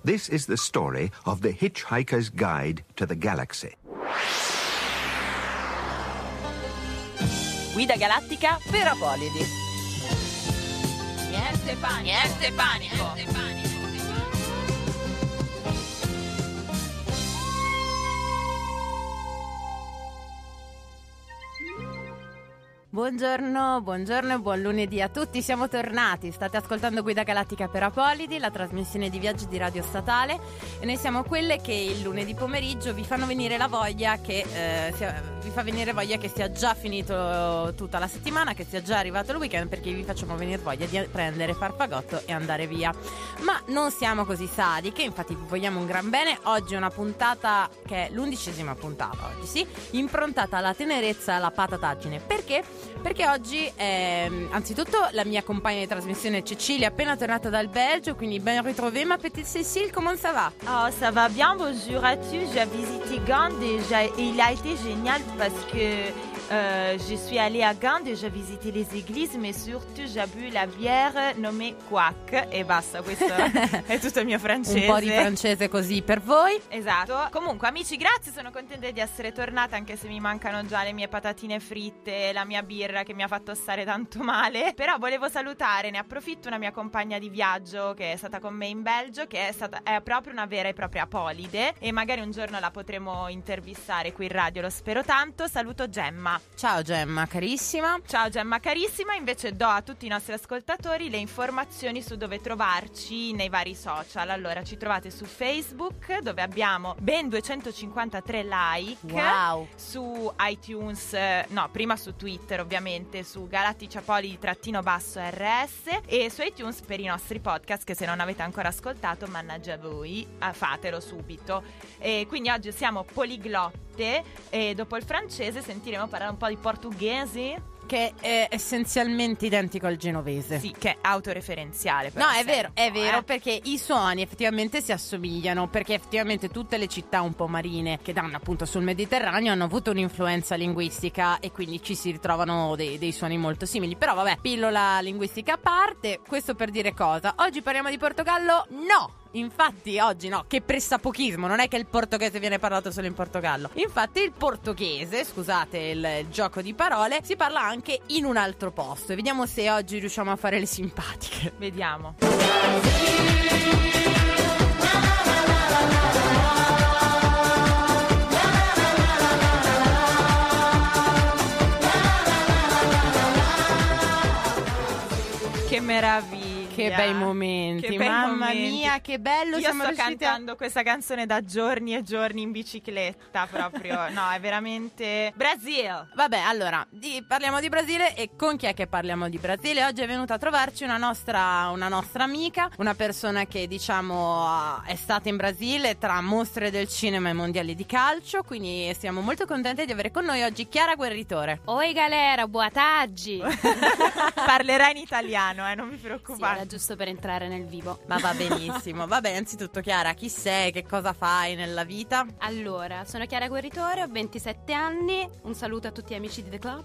This is the story of the Hitchhiker's Guide to the Galaxy. Guida galattica per Apolidi. Niente panico. Niente panico. Niente panico. Buongiorno e buon lunedì a tutti, siamo tornati, state ascoltando Guida Galattica per Apolidi, la trasmissione di viaggi di Radio Statale, e noi siamo quelle che il lunedì pomeriggio vi fanno venire la voglia che sia già finito tutta la settimana, che sia già arrivato il weekend, perché vi facciamo venire voglia di prendere Farfagotto e andare via. Ma non siamo così sadiche, infatti vi vogliamo un gran bene. Oggi è una puntata che è l'11ª puntata, oggi sì, improntata alla tenerezza e alla patataggine. Perché oggi anzitutto la mia compagna di trasmissione Cecilia è appena tornata dal Belgio, quindi ben retrouvée ma petite Cécile, comment ça va? Oh, ça va bien, bonjour à tous. J'ai visité Gand et il a été génial parce que je suis allée à Gand et j'ai visité les églises, mais surtout j'ai bu la bière nommée Quack e basta, questo è tutto il mio francese. Un po' di francese così per voi. Esatto. Comunque amici, grazie, sono contenta di essere tornata, anche se mi mancano già le mie patatine fritte, la mia birra che mi ha fatto stare tanto male. Però volevo salutare, ne approfitto, una mia compagna di viaggio che è stata con me in Belgio, che è proprio una vera e propria Apolide, e magari un giorno la potremo intervistare qui in radio, lo spero tanto. Saluto Gemma. Ciao Gemma carissima. Ciao Gemma carissima. Invece do a tutti i nostri ascoltatori le informazioni su dove trovarci nei vari social. Allora, ci trovate su Facebook, dove abbiamo ben 253 like. Wow. Su iTunes, prima su Twitter ovviamente, su galatticapoli_RS, e su iTunes per i nostri podcast, che se non avete ancora ascoltato, mannaggia voi, fatelo subito. E quindi oggi siamo poliglotte, e dopo il francese sentiremo parlare un po' di portoghese, che è essenzialmente identico al genovese. Sì, che è autoreferenziale. No, è vero, perché i suoni effettivamente si assomigliano, perché effettivamente tutte le città un po' marine che danno appunto sul Mediterraneo hanno avuto un'influenza linguistica, e quindi ci si ritrovano dei suoni molto simili. Però vabbè, pillola linguistica a parte, questo per dire cosa? Oggi parliamo di Portogallo? No! Infatti oggi no, che pressapochismo, non è che il portoghese viene parlato solo in Portogallo. Infatti il portoghese, scusate il gioco di parole, si parla anche in un altro posto, e vediamo se oggi riusciamo a fare le simpatiche. Vediamo. Che meraviglia. Che bei momenti, mamma mia, che bello. Io sto cantando questa canzone da giorni e giorni in bicicletta, proprio. No, è veramente Brasile. Vabbè, allora, parliamo di Brasile. E con chi è che parliamo di Brasile? Oggi è venuta a trovarci una nostra amica, una persona che diciamo è stata in Brasile tra mostre del cinema e mondiali di calcio, quindi siamo molto contenti di avere con noi oggi Chiara Guerritore. Oi galera, boa tarde. Parlerà in italiano, non vi preoccupate. Sì, era giusto per entrare nel vivo. Ma va benissimo. Vabbè, innanzitutto Chiara, chi sei? Che cosa fai nella vita? Allora, sono Chiara Guerritore, ho 27 anni. Un saluto a tutti gli amici di The Club.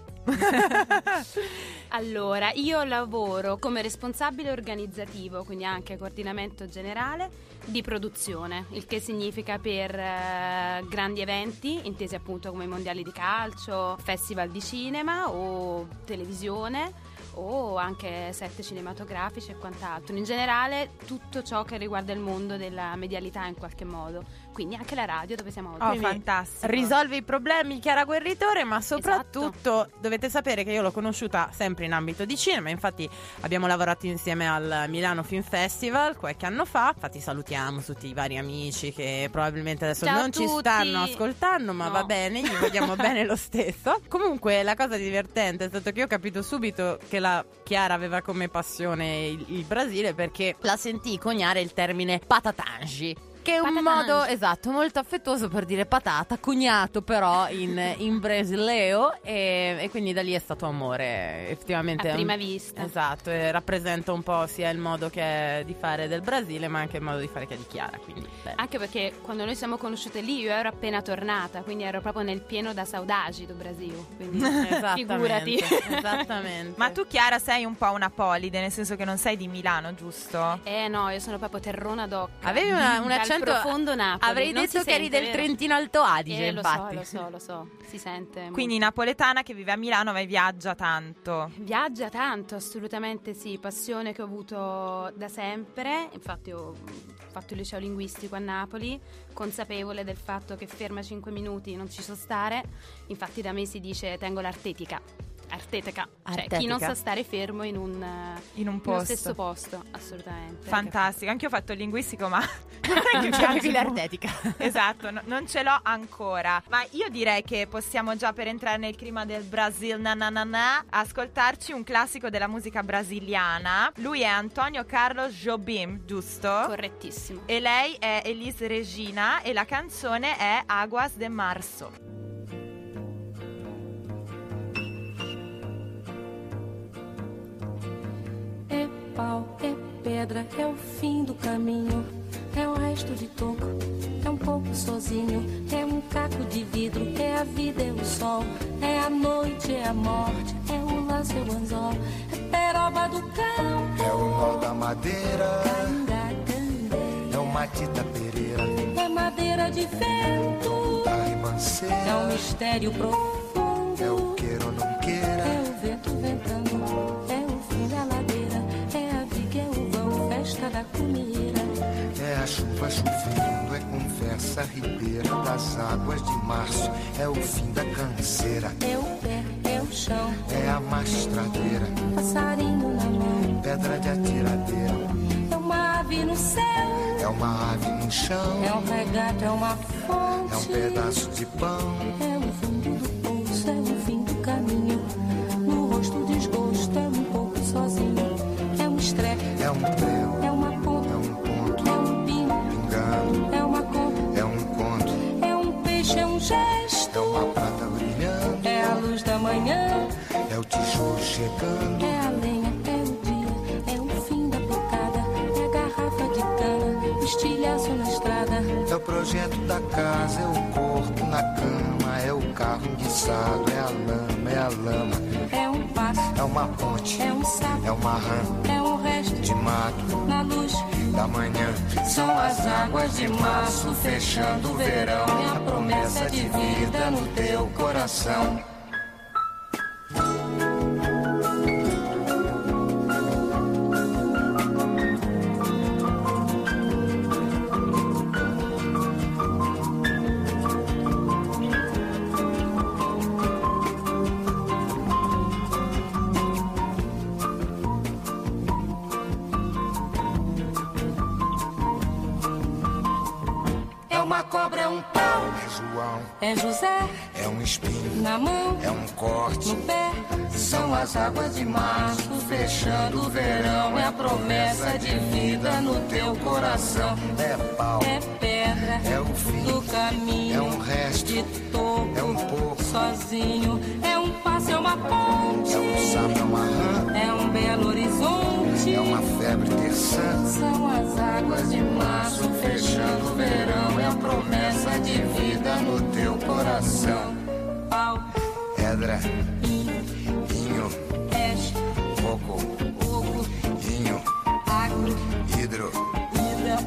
Allora, io lavoro come responsabile organizzativo, quindi anche coordinamento generale di produzione, il che significa per grandi eventi, intesi appunto come i mondiali di calcio, festival di cinema o televisione, o anche set cinematografici e quant'altro. In generale tutto ciò che riguarda il mondo della medialità in qualche modo, quindi anche la radio, dove siamo oggi. Fantastico. Risolve i problemi Chiara Guerritore, ma soprattutto dovete sapere che io l'ho conosciuta sempre in ambito di cinema. Infatti abbiamo lavorato insieme al Milano Film Festival qualche anno fa. Infatti salutiamo tutti i vari amici che probabilmente adesso Ciao non ci stanno ascoltando, ma no, va bene, gli vogliamo bene lo stesso. Comunque la cosa divertente è stato che io ho capito subito che la Chiara aveva come passione il Brasile, perché la sentii coniare il termine patatangi. che è un modo esatto molto affettuoso per dire patata, cognato però in brasileo, e quindi da lì è stato amore effettivamente a prima vista. Esatto, e rappresenta un po' sia il modo che è di fare del Brasile, ma anche il modo di fare che è di Chiara, quindi bello. Anche perché quando noi siamo conosciute lì io ero appena tornata, quindi ero proprio nel pieno da saudade do Brasil, quindi figurati. Esattamente. Ma tu, Chiara, sei un po' una polide, nel senso che non sei di Milano, giusto? No, io sono proprio terrona d'oc. Avevi un accento profondo Napoli. Avrei non detto si che eri sente, del vero? Trentino Alto Adige, infatti. Lo so, si sente. Quindi napoletana che vive a Milano, ma viaggia tanto. Viaggia tanto, assolutamente sì, passione che ho avuto da sempre. Infatti ho fatto il liceo linguistico a Napoli, consapevole del fatto che ferma 5 minuti non ci so stare. Infatti da me si dice tengo l'artetica. Cioè chi non sa stare fermo in un posto. Nello stesso posto, assolutamente. Fantastico, anche io ho fatto il linguistico, ma non c'è l'artetica. Esatto, non ce l'ho ancora. Ma io direi che possiamo già, per entrare nel clima del Brasil ascoltarci un classico della musica brasiliana. Lui è Antonio Carlos Jobim, giusto? Correttissimo. E lei è Elis Regina e la canzone è Aguas de Março. É pau, é pedra, é o fim do caminho. É o resto de toco, é um pouco sozinho. É um caco de vidro, é a vida, é o sol. É a noite, é a morte, é o laço, é o anzol. É peroba do campo, é o nó da madeira. Canga, é o Matita Pereira. É madeira de vento, da ribanceira. É um mistério profundo, é o queira ou não queira. É o vento ventando, é o fim da ladeira. É a viga, é o vão, festa da comida. É a chuva chovendo, é conversa ribeira das águas de março. É o fim da canseira. É o pé, é o chão. É a mastradeira. Passarinho na mão. Pedra de atiradeira. É uma ave no céu. É uma ave no chão. É um regato, é uma fonte. É um pedaço de pão. É o fundo do poço, é o fim do caminho. No rosto o desgosto, é um pouco sozinho. É um estrepe. É um prego. É uma ponta. É um ponto. É um pingo. Pingando. É uma conta. É um conto. É um peixe, é um gesto. É uma prata brilhando. É a luz da manhã. É o tijolo chegando. É a lenha, é o dia. É o fim da picada. É a garrafa de cana. Estilhaço na estrada. É o projeto da casa. É o corpo na cama. É o carro enguiçado. É a lama, é a lama. É um passo. É uma ponte. É um sapo. É uma rã. É um resto de mato. Na luz da manhã. São as águas de março fechando o verão. É a promessa de vida no teu coração. Uma cobra, é um pau. É João. É José. É um espinho. Na mão. É um corte. No pé. São as águas de março fechando o verão. É a promessa de vida no teu coração. É pau. É pedra. É o fim do caminho. É um resto. De toco. É um pouco. Sozinho. É um passo, é uma ponte. É um sapo, é uma rã. É um belo horizonte. É uma febre terçã. São as águas de março fechando o verão. É a promessa de vida no teu coração. Pau. Pedra. Inho. Peixe. Coco. Coco. Inho. Agro. Hidro. Hidra.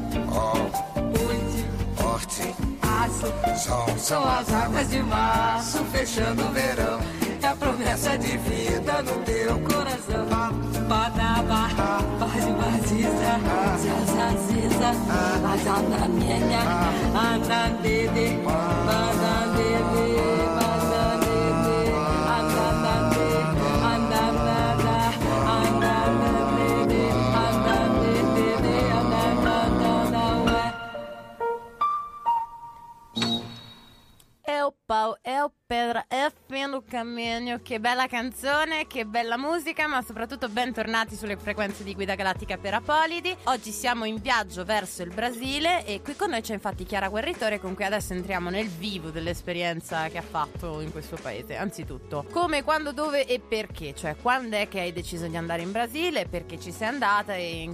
Horte. Aço. Sol. São as águas de março fechando o verão. É a promessa de vida no teu coração. Badaba, baziza, zazaziza, bazanamenya, anandede, bazandede, bazandede, anandade, anandada, anandade, anandede, anandada, É o pau, é o pedra, é cammino, che bella canzone, che bella musica, ma soprattutto bentornati sulle frequenze di Guida Galattica per Apolidi. Oggi siamo in viaggio verso il Brasile e qui con noi c'è infatti Chiara Guerritore, con cui adesso entriamo nel vivo dell'esperienza che ha fatto in questo paese. Anzitutto, come, quando, dove e perché? Cioè, quando è che hai deciso di andare in Brasile, perché ci sei andata e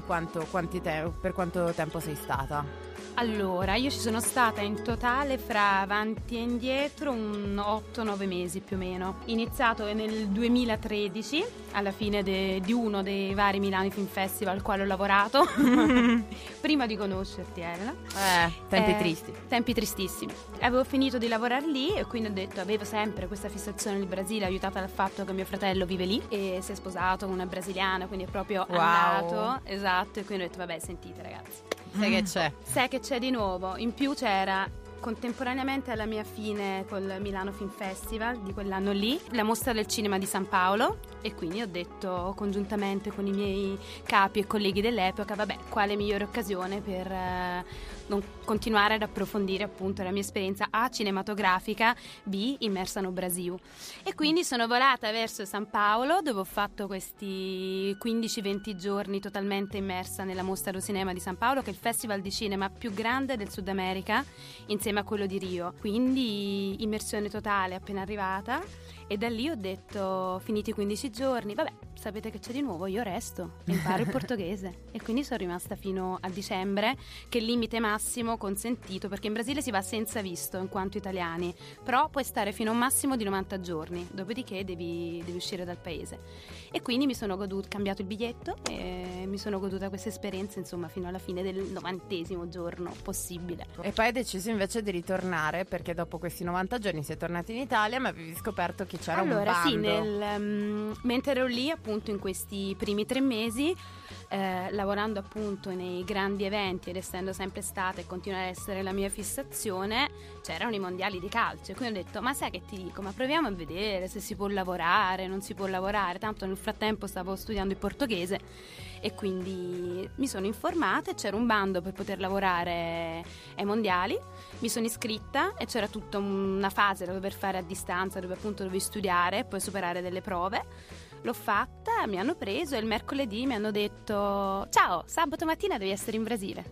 per quanto tempo sei stata? Allora, io ci sono stata in totale fra avanti e indietro un 8-9 mesi più o meno. Iniziato nel 2013, alla fine di uno dei vari Milano Film Festival al quale ho lavorato, prima di conoscerti, Elena. Tempi tristi. Tempi tristissimi. Avevo finito di lavorare lì e quindi ho detto, avevo sempre questa fissazione nel Brasile, aiutata dal fatto che mio fratello vive lì e si è sposato con una brasiliana, quindi è proprio andato. Esatto, e quindi ho detto, vabbè, sentite ragazzi. Sai che c'è di nuovo. In più c'era contemporaneamente alla mia fine col Milano Film Festival di quell'anno lì la mostra del cinema di San Paolo, e quindi ho detto congiuntamente con i miei capi e colleghi dell'epoca, vabbè, quale migliore occasione per non continuare ad approfondire appunto la mia esperienza A cinematografica, B immersa no Brasil. E quindi sono volata verso San Paolo, dove ho fatto questi 15-20 giorni totalmente immersa nella mostra del cinema di San Paolo, che è il festival di cinema più grande del Sud America insieme a quello di Rio. Quindi immersione totale appena arrivata, e da lì ho detto, finiti i 15 giorni, vabbè, sapete che c'è di nuovo, io resto e imparo il portoghese. E quindi sono rimasta fino a dicembre, che è il limite massimo consentito, perché in Brasile si va senza visto in quanto italiani, però puoi stare fino a un massimo di 90 giorni, dopodiché devi uscire dal paese. E quindi mi sono cambiato il biglietto e mi sono goduta questa esperienza, insomma, fino alla fine del 90° giorno possibile. E poi hai deciso invece di ritornare, perché dopo questi 90 giorni sei tornata in Italia, ma avevi scoperto che c'era un bando. Allora sì, mentre ero lì appunto in questi primi 3 mesi, lavorando appunto nei grandi eventi, ed essendo sempre stata e continua ad essere la mia fissazione, c'erano i mondiali di calcio, e quindi ho detto, ma sai che ti dico, ma proviamo a vedere se si può lavorare, non si può lavorare. Tanto nel frattempo stavo studiando il portoghese e quindi mi sono informata, e c'era un bando per poter lavorare ai mondiali. Mi sono iscritta e c'era tutta una fase da dover fare a distanza, dove appunto dovevi studiare e poi superare delle prove. L'ho fatta, mi hanno preso, e il mercoledì mi hanno detto, ciao, sabato mattina devi essere in Brasile.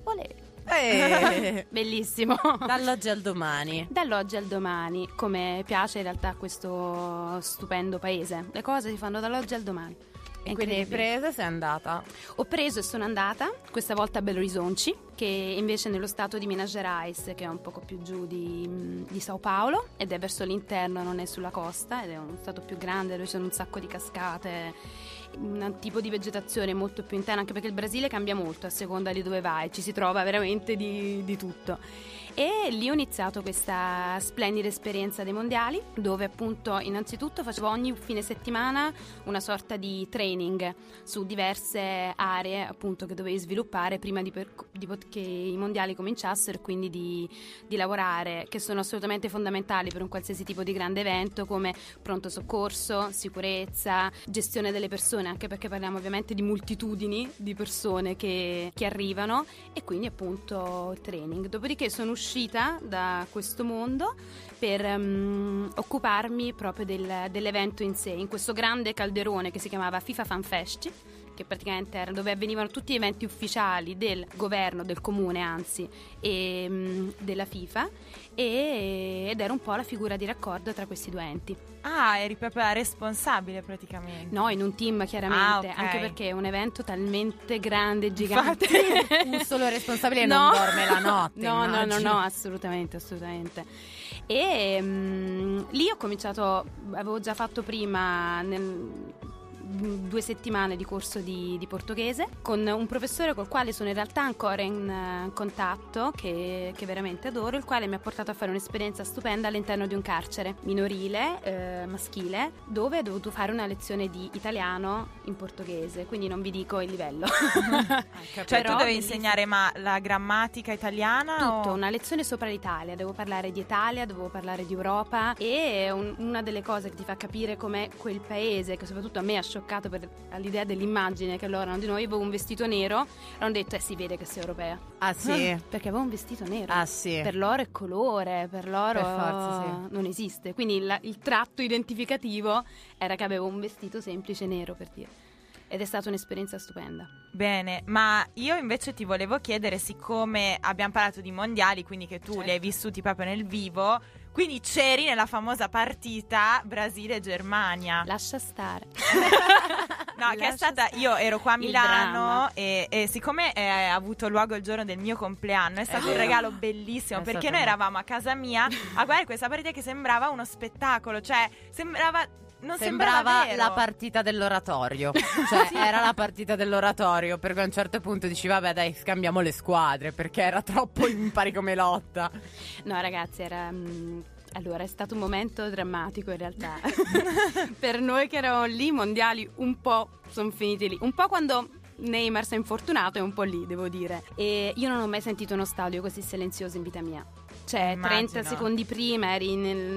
Olè. Bellissimo. Dall'oggi al domani. Dall'oggi al domani, come piace in realtà questo stupendo paese. Le cose si fanno dall'oggi al domani. E quindi hai preso e sei andata? Ho preso e sono andata, questa volta a Belo Horizonte, che invece è nello stato di Minas Gerais, che è un poco più giù di Sao Paulo, ed è verso l'interno, non è sulla costa, ed è uno stato più grande dove ci sono un sacco di cascate, un tipo di vegetazione molto più interna, anche perché il Brasile cambia molto a seconda di dove vai, ci si trova veramente di tutto. E lì ho iniziato questa splendida esperienza dei mondiali, dove appunto innanzitutto facevo ogni fine settimana una sorta di training su diverse aree appunto che dovevi sviluppare prima che i mondiali cominciassero, e quindi di lavorare, che sono assolutamente fondamentali per un qualsiasi tipo di grande evento, come pronto soccorso, sicurezza, gestione delle persone, anche perché parliamo ovviamente di moltitudini di persone che arrivano, e quindi appunto il training. Dopodiché sono uscita da questo mondo per occuparmi proprio dell'evento in sé, in questo grande calderone che si chiamava FIFA Fan Fest, che praticamente era dove avvenivano tutti gli eventi ufficiali del governo, del comune anzi, e della FIFA, ed era un po' la figura di raccordo tra questi due enti. Ah, eri proprio la responsabile praticamente. No, in un team chiaramente, okay. Anche perché è un evento talmente grande, gigante. Un solo responsabile non dorme la notte. No, assolutamente. E lì ho cominciato, avevo già fatto prima 2 settimane di corso di portoghese con un professore col quale sono in realtà ancora in contatto, che veramente adoro, il quale mi ha portato a fare un'esperienza stupenda all'interno di un carcere minorile, maschile, dove ho dovuto fare una lezione di italiano in portoghese, quindi non vi dico il livello. Cioè tu dovevi insegnare la grammatica italiana? Tutto, una lezione sopra l'Italia, devo parlare di Italia, dovevo parlare di Europa, e una delle cose che ti fa capire com'è quel paese, che soprattutto a me ha scioccato scioccato all'idea dell'immagine che loro hanno di noi. Avevo un vestito nero, hanno detto si vede che sei europea. Ah sì? Perché avevo un vestito nero. Ah sì. Per loro è colore, per loro per forza, sì. non esiste. Quindi il tratto identificativo era che avevo un vestito semplice nero, per dire. Ed è stata un'esperienza stupenda. Bene, ma io invece ti volevo chiedere, siccome abbiamo parlato di mondiali, quindi che tu li hai vissuti proprio nel vivo, quindi c'eri nella famosa partita Brasile-Germania. Lascia stare. No, che è stata, io ero qua a Milano e siccome è avuto luogo il giorno del mio compleanno, è stato un regalo bellissimo, perché noi eravamo a casa mia a guardare questa partita che sembrava uno spettacolo, cioè non sembrava vero. La partita dell'oratorio. Cioè era la partita dell'oratorio, perché a un certo punto dici vabbè dai, scambiamo le squadre, perché era troppo impari come lotta. No ragazzi, allora è stato un momento drammatico in realtà. Per noi che eravamo lì, i mondiali un po' sono finiti lì, un po' quando Neymar si è infortunato e un po' lì, devo dire. E io non ho mai sentito uno stadio così silenzioso in vita mia. Cioè, Immagino. 30 secondi prima eri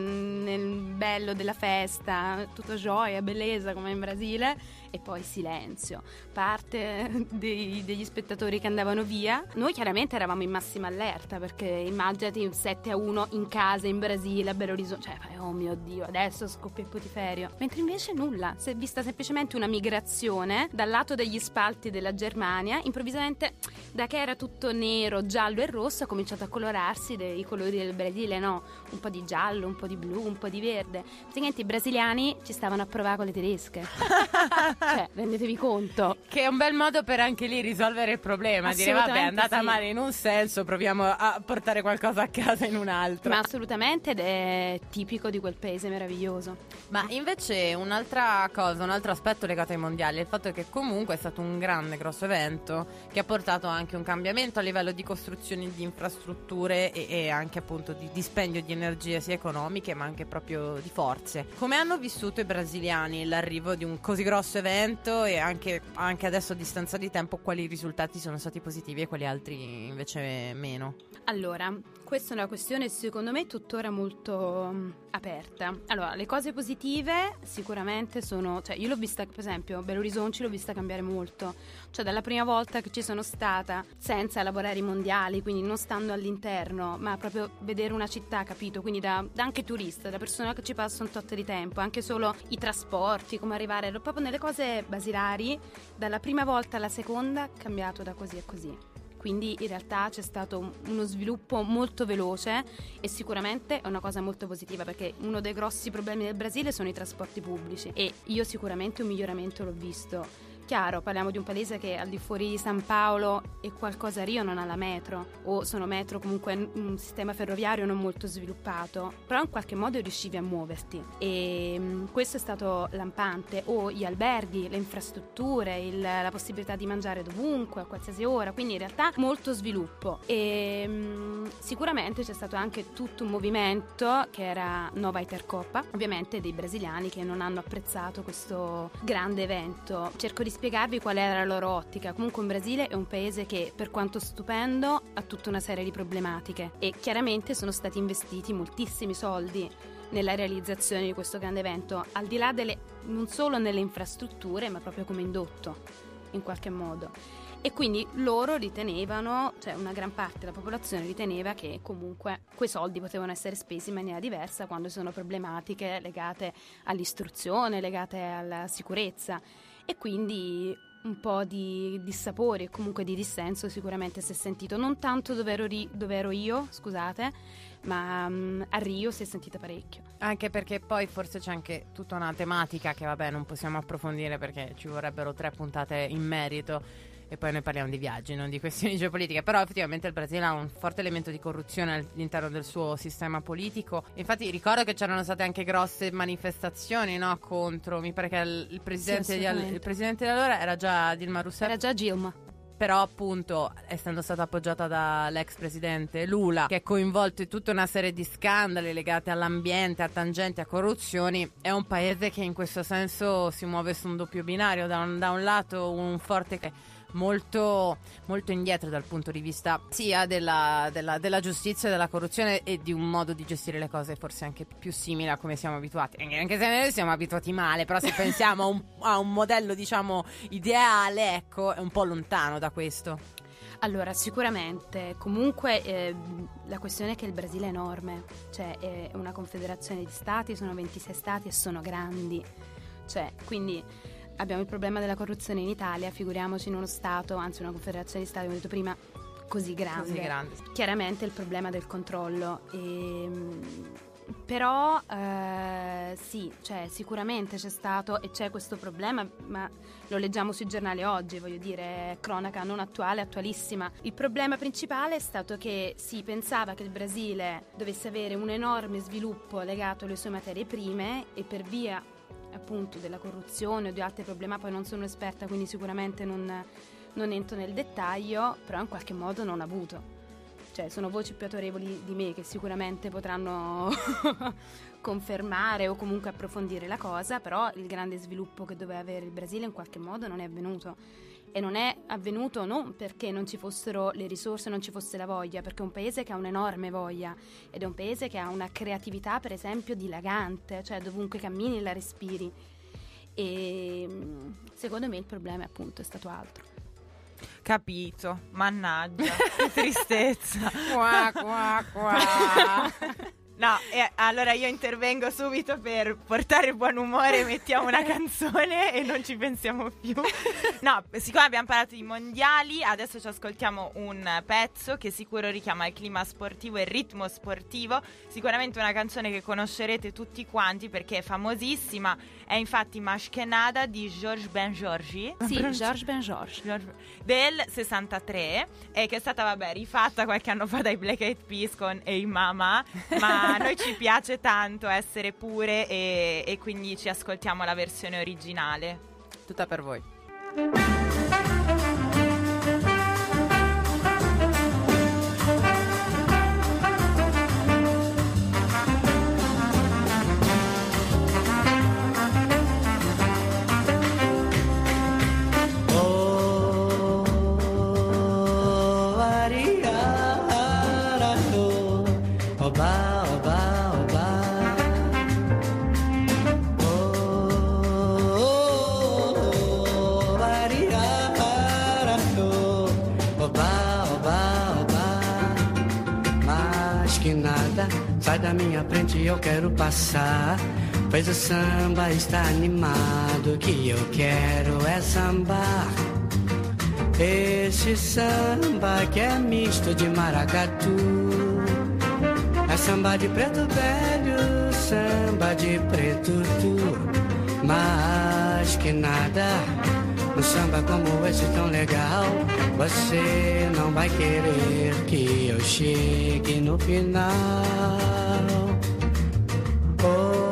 nel bello della festa, tutta gioia, bellezza come in Brasile, e poi silenzio. Parte degli spettatori che andavano via. Noi chiaramente eravamo in massima allerta, perché immaginati un 7-1 in casa in Brasile, a Belo Horizonte, cioè oh mio Dio, adesso scoppia il putiferio. Mentre invece nulla, si è vista semplicemente una migrazione dal lato degli spalti della Germania. Improvvisamente, da che era tutto nero, giallo e rosso, ha cominciato a colorarsi dei colori del Brasile, no? Un po' di giallo, un po' di blu, un po' di verde. Praticamente i brasiliani ci stavano a provare con le tedesche. Cioè, rendetevi conto. Che è un bel modo per anche lì risolvere il problema. Dire vabbè, è andata male in un senso, proviamo a portare qualcosa a casa in un altro. Ma assolutamente, ed è tipico di quel paese meraviglioso. Ma invece un'altra cosa, un altro aspetto legato ai mondiali è il fatto che comunque è stato un grande, grosso evento che ha portato anche un cambiamento a livello di costruzioni di infrastrutture e anche appunto di dispendio di energie sia economiche ma anche proprio di forze. Come hanno vissuto i brasiliani l'arrivo di un così grosso evento e anche adesso a distanza di tempo, quali risultati sono stati positivi e quali altri invece meno? Allora, questa è una questione secondo me tuttora molto aperta. Allora, le cose positive sicuramente sono, cioè io l'ho vista, per esempio, Belo Horizonte l'ho vista cambiare molto. Cioè dalla prima volta che ci sono stata senza lavorare i mondiali, quindi non stando all'interno, ma proprio vedere una città, capito? Quindi da anche turista, da persona che ci passa un tot di tempo, anche solo i trasporti, come arrivare, proprio nelle cose basilari, dalla prima volta alla seconda cambiato da così a così. Quindi in realtà c'è stato uno sviluppo molto veloce e sicuramente è una cosa molto positiva, perché uno dei grossi problemi del Brasile sono i trasporti pubblici e io sicuramente un miglioramento l'ho visto. Chiaro, parliamo di un paese che al di fuori di San Paolo e qualcosa a Rio non ha la metro, o sono metro, comunque un sistema ferroviario non molto sviluppato, però in qualche modo riuscivi a muoverti e questo è stato lampante. O gli alberghi, le infrastrutture, la possibilità di mangiare dovunque, a qualsiasi ora, quindi in realtà molto sviluppo. E sicuramente c'è stato anche tutto un movimento che era Nova Intercopa, ovviamente dei brasiliani che non hanno apprezzato questo grande evento. Cerco di spiegarvi qual era la loro ottica. Comunque in Brasile è un paese che, per quanto stupendo, ha tutta una serie di problematiche e chiaramente sono stati investiti moltissimi soldi nella realizzazione di questo grande evento, al di là non solo nelle infrastrutture ma proprio come indotto in qualche modo. E quindi loro ritenevano, cioè una gran parte della popolazione riteneva che comunque quei soldi potevano essere spesi in maniera diversa quando ci sono problematiche legate all'istruzione, legate alla sicurezza. E quindi un po' di dissapore e comunque di dissenso sicuramente si è sentito, non tanto dove ero io, scusate, ma a Rio si è sentita parecchio. Anche perché poi forse c'è anche tutta una tematica che vabbè non possiamo approfondire perché ci vorrebbero 3 puntate in merito. E poi noi parliamo di viaggi, non di questioni geopolitiche. Però effettivamente il Brasile ha un forte elemento di corruzione all'interno del suo sistema politico. Infatti ricordo che c'erano state anche grosse manifestazioni, no, contro, mi pare che il presidente di allora era già Dilma Rousseff. Era già Dilma. Però appunto, essendo stata appoggiata dall'ex presidente Lula, che è coinvolto in tutta una serie di scandali legati all'ambiente, a tangenti, a corruzioni, è un paese che in questo senso si muove su un doppio binario. Da un lato un forte molto, molto indietro dal punto di vista sia della giustizia, della corruzione e di un modo di gestire le cose forse anche più simile a come siamo abituati, anche se noi siamo abituati male, però se pensiamo a un modello diciamo ideale, ecco, è un po' lontano da questo. Allora, sicuramente, comunque la questione è che il Brasile è enorme, cioè è una confederazione di stati, sono 26 stati e sono grandi, cioè quindi abbiamo il problema della corruzione in Italia, figuriamoci in uno stato, anzi una confederazione di stati, come ho detto prima, così grande. Chiaramente il problema del controllo però sì, cioè sicuramente c'è stato e c'è questo problema, ma lo leggiamo sui giornali oggi, voglio dire, cronaca non attuale, attualissima. Il problema principale è stato che si pensava che il Brasile dovesse avere un enorme sviluppo legato alle sue materie prime e per via appunto della corruzione o di altri problemi, poi non sono esperta quindi sicuramente non entro nel dettaglio, però in qualche modo non ha avuto. Cioè, sono voci più autorevoli di me che sicuramente potranno confermare o comunque approfondire la cosa, però il grande sviluppo che doveva avere il Brasile in qualche modo non è avvenuto. E non è avvenuto non perché non ci fossero le risorse, non ci fosse la voglia, perché è un paese che ha un'enorme voglia ed è un paese che ha una creatività, per esempio, dilagante, cioè dovunque cammini la respiri. E secondo me il problema appunto è stato altro. Capito, mannaggia, che tristezza. Qua, qua, qua. No, allora io intervengo subito per portare buon umore, mettiamo una canzone e non ci pensiamo più. No, siccome abbiamo parlato di mondiali, adesso ci ascoltiamo un pezzo che sicuro richiama il clima sportivo e il ritmo sportivo. Sicuramente una canzone che conoscerete tutti quanti perché è famosissima. È infatti Mais que Nada di Georges Bengeorgi. Sì, Georges Bengeorgi del 63 e che è stata rifatta qualche anno fa dai Black Eyed Peas con Hey Mama, ma a noi ci piace tanto essere pure e quindi ci ascoltiamo la versione originale. Tutta per voi. Sai da minha frente, eu quero passar. Pois o samba está animado, que eu quero é sambar. Esse samba que é misto de maracatu. É samba de preto velho, samba de preto tu. Mas que nada, um samba como esse tão legal, você não vai querer que eu chegue no final. Oh,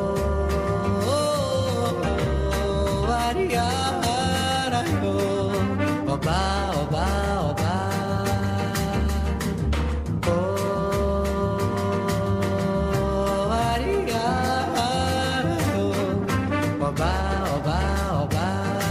oh, oh, ariara, oh, oba, oba, oba. Oh, ariara, oh, oba, oba, oba.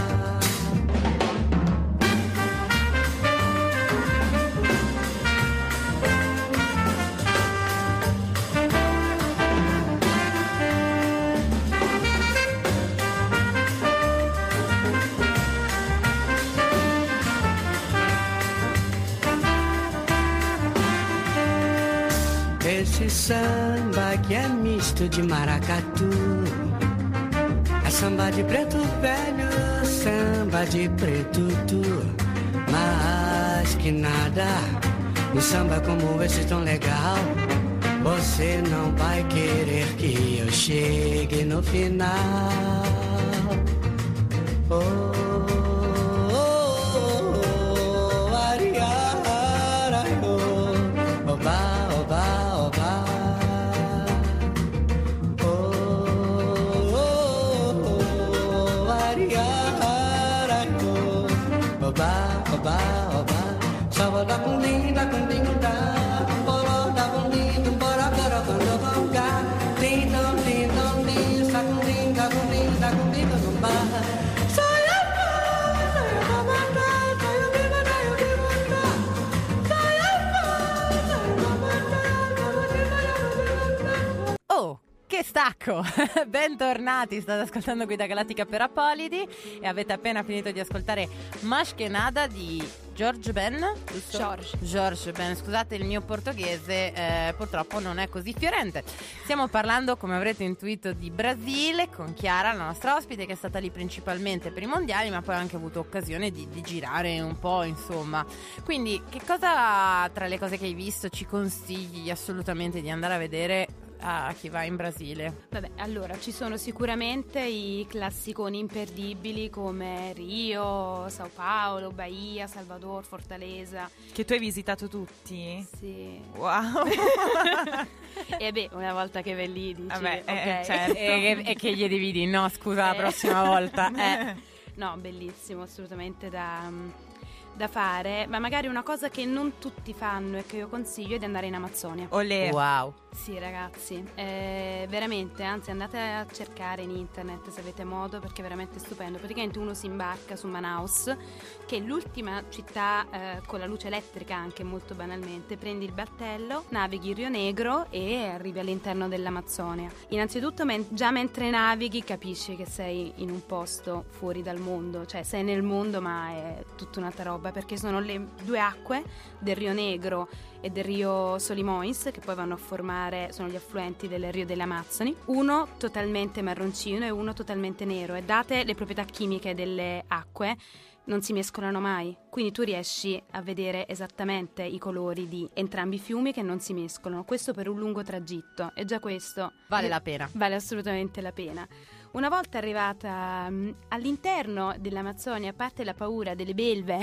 Esse samba que é misto de maracatu. É samba de preto velho, samba de preto tu. Mas que nada, um samba como esse tão legal, você não vai querer que eu chegue no final. Oh, oh, oh, oh, ariara, oh, oba. Da com linda com linda, bora da com linda, bora bora quando vão cá. Linda, linda, linda, com linda, com linda, com linda, com bar. Sai a cara, eu vou matar, sai a Distacco. Bentornati, state ascoltando Guida Galattica per Apolidi e avete appena finito di ascoltare Mashkenada di George Ben. George Ben, scusate il mio portoghese, purtroppo non è così fiorente. Stiamo parlando, come avrete intuito, di Brasile con Chiara, la nostra ospite, che è stata lì principalmente per i mondiali, ma poi ha anche avuto occasione di girare un po', insomma. Quindi che cosa, tra le cose che hai visto, ci consigli assolutamente di andare a vedere a chi va in Brasile? Vabbè, allora ci sono sicuramente i classiconi imperdibili come Rio, Sao Paolo, Bahia, Salvador, Fortaleza. Che tu hai visitato tutti? Sì. Wow. E beh, una volta che vai lì dici vabbè, ok. certo. E che gli devi dire no, scusa, la prossima volta. No, bellissimo, assolutamente da fare, ma magari una cosa che non tutti fanno e che io consiglio è di andare in Amazzonia. Olè. Wow. Sì, ragazzi, veramente, anzi andate a cercare in internet se avete modo, perché è veramente stupendo. Praticamente uno si imbarca su Manaus, che è l'ultima città con la luce elettrica, anche molto banalmente. Prendi il battello, navighi il Rio Negro e arrivi all'interno dell'Amazzonia. Innanzitutto già mentre navighi capisci che sei in un posto fuori dal mondo, cioè sei nel mondo ma è tutta un'altra roba, perché sono le due acque del Rio Negro e del Rio Solimões, che poi vanno a formare, sono gli affluenti del Rio delle Amazzoni, uno totalmente marroncino e uno totalmente nero, e date le proprietà chimiche delle acque non si mescolano mai, quindi tu riesci a vedere esattamente i colori di entrambi i fiumi che non si mescolano, questo per un lungo tragitto, e già questo Vale la pena. Vale assolutamente la pena. Una volta arrivata all'interno dell'Amazzonia, a parte la paura delle belve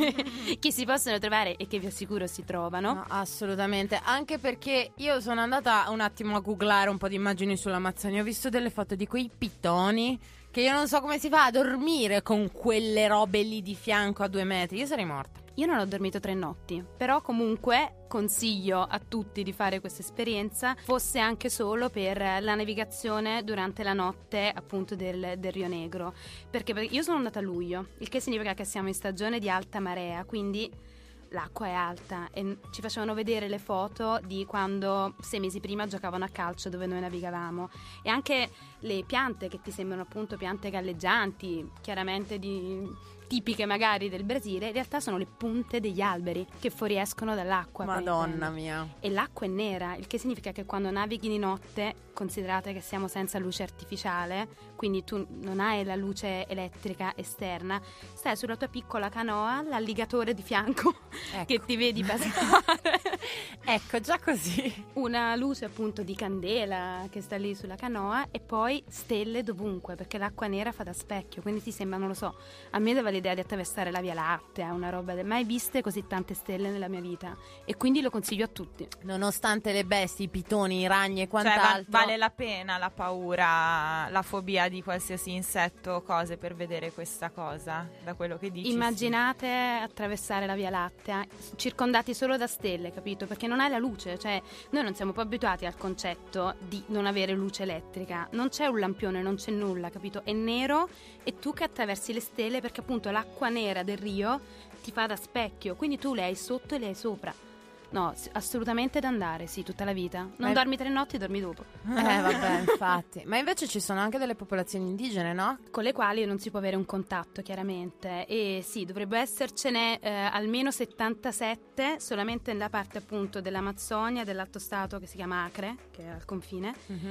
che si possono trovare e che vi assicuro si trovano. No, assolutamente, anche perché io sono andata un attimo a googlare un po' di immagini sull'Amazzonia, ho visto delle foto di quei pitoni che io non so come si fa a dormire con quelle robe lì di fianco a 2 metri, io sarei morta. Io non ho dormito 3 notti, però comunque consiglio a tutti di fare questa esperienza, fosse anche solo per la navigazione durante la notte appunto del Rio Negro, perché io sono andata a luglio, il che significa che siamo in stagione di alta marea, quindi l'acqua è alta, e ci facevano vedere le foto di quando 6 mesi prima giocavano a calcio dove noi navigavamo, e anche le piante che ti sembrano appunto piante galleggianti, chiaramente tipiche magari del Brasile, in realtà sono le punte degli alberi che fuoriescono dall'acqua. Madonna mia. E l'acqua è nera, il che significa che quando navighi di notte, considerate che siamo senza luce artificiale, quindi tu non hai la luce elettrica esterna, stai sulla tua piccola canoa, l'alligatore di fianco che ti vedi passare. Ecco, già così. Una luce appunto di candela che sta lì sulla canoa, e poi stelle dovunque, perché l'acqua nera fa da specchio, quindi ti sembra, non lo so, a me dava l'idea di attraversare la Via Lattea, una roba mai viste così tante stelle nella mia vita, e quindi lo consiglio a tutti. Nonostante le bestie, i pitoni, i ragni e quant'altro, cioè, vale la pena la paura, la fobia di qualsiasi insetto o cose per vedere questa cosa, da quello che dici. Immaginate attraversare la Via Lattea circondati solo da stelle, capito? Perché non hai la luce, cioè noi non siamo più abituati al concetto di non avere luce elettrica, non c'è un lampione, non c'è nulla, capito? È nero, e tu che attraversi le stelle, perché appunto l'acqua nera del Rio ti fa da specchio, quindi tu le hai sotto e le hai sopra. No, assolutamente da andare, sì, tutta la vita. Non dormi 3 notti, dormi dopo. Vabbè, infatti. Ma invece ci sono anche delle popolazioni indigene, no? Con le quali non si può avere un contatto, chiaramente. E sì, dovrebbe essercene almeno 77, solamente nella parte appunto dell'Amazzonia, dell'Alto Stato che si chiama Acre, che è al confine,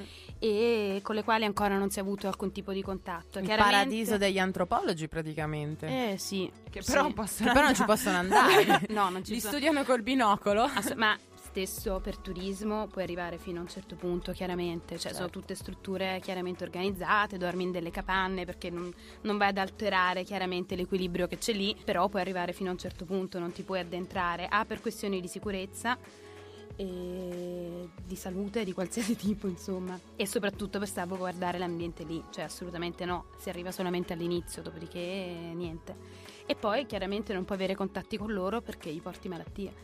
e con le quali ancora non si è avuto alcun tipo di contatto. Il paradiso degli antropologi, praticamente. Sì. Che però non ci possono andare. No, non ci Li sono. studiano col binocolo. Ma stesso per turismo puoi arrivare fino a un certo punto, chiaramente, cioè sono tutte strutture chiaramente organizzate, dormi in delle capanne perché non vai ad alterare chiaramente l'equilibrio che c'è lì, però puoi arrivare fino a un certo punto, non ti puoi addentrare, per questioni di sicurezza e di salute di qualsiasi tipo, insomma, e soprattutto per salvaguardare l'ambiente lì, cioè assolutamente no, si arriva solamente all'inizio, dopodiché niente. E poi chiaramente non puoi avere contatti con loro perché gli porti malattie.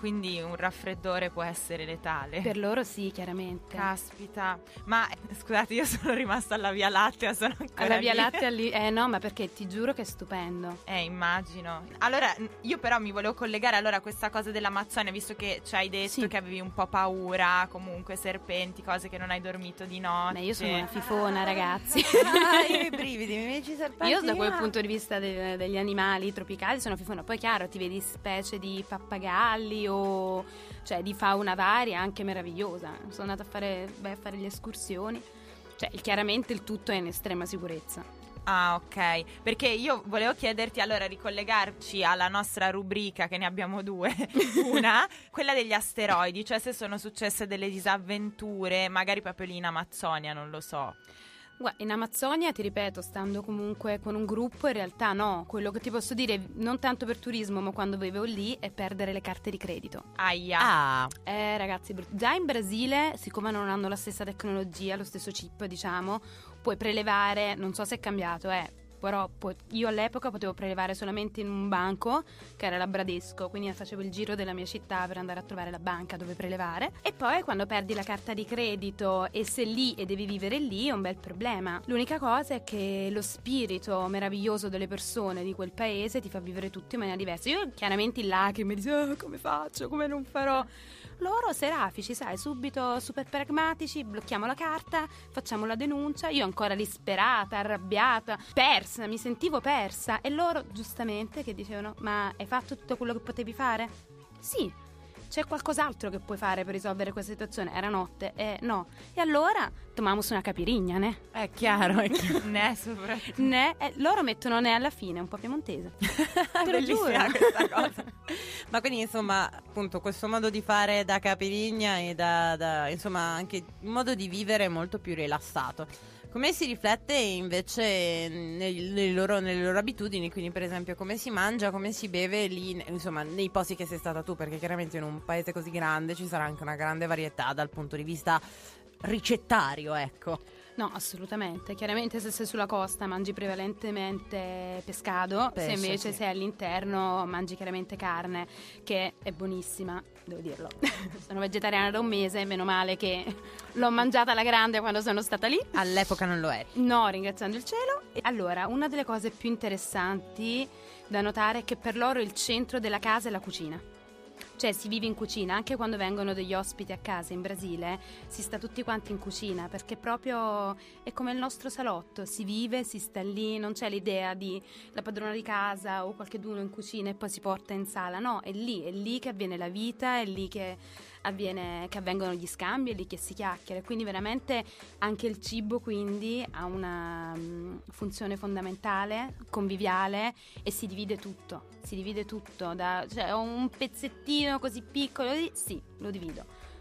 quindi un raffreddore può essere letale. Per loro sì, chiaramente. Caspita, ma scusate, io sono rimasta alla Via Lattea, sono ancora Alla Via lì. Lattea lì, no, ma perché ti giuro che è stupendo. Immagino. Allora, io però mi volevo collegare allora a questa cosa dell'Amazzonia, visto che ci hai detto Sì. che avevi un po' paura, comunque serpenti, cose che non hai dormito di notte. Ma io sono una fifona, ragazzi. Io i brividi, mi dici serpenti? Io da quel punto di vista degli animali tropicali sono fifona. Poi chiaro, ti vedi specie di pappagalli o cioè di fauna varia, anche meravigliosa. Sono andata a fare le escursioni. Cioè, chiaramente il tutto è in estrema sicurezza. Ah, ok, perché io volevo chiederti, allora, ricollegarci alla nostra rubrica, che ne abbiamo due, una, quella degli asteroidi, cioè se sono successe delle disavventure, magari proprio lì in Amazzonia, non lo so. Guarda, in Amazzonia, ti ripeto, stando comunque con un gruppo, in realtà no. Quello che ti posso dire, non tanto per turismo, ma quando vivevo lì, è perdere le carte di credito. Aia. Ah, Ragazzi, già in Brasile, siccome non hanno la stessa tecnologia, lo stesso chip, diciamo, puoi prelevare, non so se è cambiato, però io all'epoca potevo prelevare solamente in un banco, che era la Bradesco, quindi facevo il giro della mia città per andare a trovare la banca dove prelevare. E poi quando perdi la carta di credito e sei lì e devi vivere lì è un bel problema. L'unica cosa è che lo spirito meraviglioso delle persone di quel paese ti fa vivere tutto in maniera diversa. Io chiaramente in lacrime dico, come faccio, come non farò? Loro serafici, sai, subito super pragmatici, blocchiamo la carta, facciamo la denuncia. Io ancora disperata, arrabbiata, persa, mi sentivo persa. E loro giustamente che dicevano, ma hai fatto tutto quello che potevi fare? Sì. C'è qualcos'altro che puoi fare per risolvere questa situazione? Era notte? No. E allora tomamos una capirigna, ne? è chiaro, è chiaro. Ne soprattutto. Ne? Loro mettono ne alla fine, un po' piemontese. Te lo giuro. Bellissima questa cosa. Ma quindi insomma, appunto, questo modo di fare da capirigna e da insomma anche un modo di vivere molto più rilassato. Come si riflette invece nelle loro abitudini, quindi per esempio come si mangia, come si beve lì, insomma, nei posti che sei stata tu, perché chiaramente in un paese così grande ci sarà anche una grande varietà dal punto di vista ricettario, ecco. No, assolutamente. Chiaramente se sei sulla costa mangi prevalentemente pescato, Pesce, se invece sì. sei all'interno mangi chiaramente carne, che è buonissima, devo dirlo. Sono vegetariana da un mese, meno male che l'ho mangiata alla grande quando sono stata lì. All'epoca non lo eri. No, ringraziando il cielo. E allora, una delle cose più interessanti da notare è che per loro il centro della casa è la cucina. Cioè si vive in cucina, anche quando vengono degli ospiti a casa in Brasile si sta tutti quanti in cucina, perché proprio è come il nostro salotto, si vive, si sta lì, non c'è l'idea di la padrona di casa o qualcheduno in cucina e poi si porta in sala, no, è lì che avviene la vita, è lì che avvengono gli scambi, è lì che si chiacchiera, quindi veramente anche il cibo quindi ha una funzione fondamentale, conviviale, e si divide tutto cioè ho un pezzettino così piccolo, sì, lo divido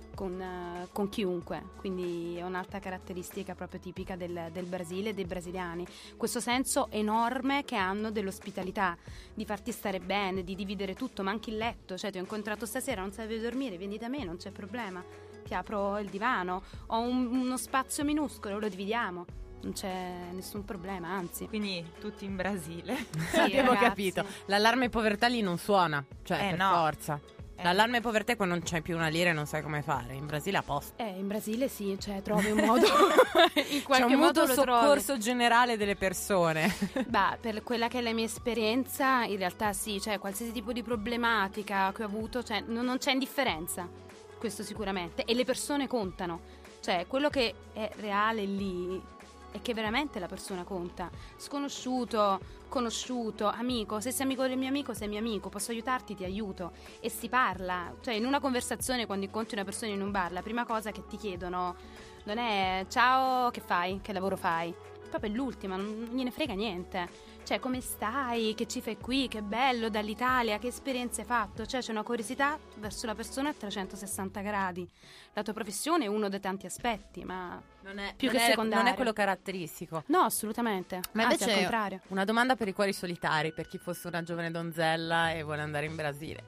con chiunque, quindi è un'altra caratteristica proprio tipica del Brasile e dei brasiliani, questo senso enorme che hanno dell'ospitalità, di farti stare bene, di dividere tutto, ma anche il letto, cioè ti ho incontrato stasera, non sapevi dormire, vieni da me, non c'è problema, ti apro il divano, ho uno spazio minuscolo, lo dividiamo, non c'è nessun problema, anzi. Quindi tutti in Brasile. Sì, Abbiamo ragazzi. capito. L'allarme povertà lì non suona, cioè per no. forza. L'allarme povertà è quando non c'hai più una lira e non sai come fare. In Brasile a posto. In Brasile sì, cioè trovi un modo, in qualche C'è un modo mutuo lo trovi. soccorso generale delle persone. Bah, per quella che è la mia esperienza, in realtà sì, cioè qualsiasi tipo di problematica che ho avuto, cioè non c'è indifferenza, questo sicuramente, e le persone contano, cioè quello che è reale lì è che veramente la persona conta, sconosciuto, conosciuto, amico, se sei amico del mio amico sei mio amico, posso aiutarti, ti aiuto, e si parla, cioè in una conversazione quando incontri una persona in un bar la prima cosa che ti chiedono non è ciao, che fai, che lavoro fai, proprio è l'ultima, non gliene frega niente, cioè come stai, che ci fai qui, che bello, dall'Italia, che esperienze hai fatto, cioè c'è una curiosità verso la persona a 360 gradi, la tua professione è uno dei tanti aspetti, ma Non è, più non che è- secondario. non è quello caratteristico. no, assolutamente, Ma anzi invece al contrario. una domanda per i cuori solitari, per chi fosse una giovane donzella e vuole andare in Brasile.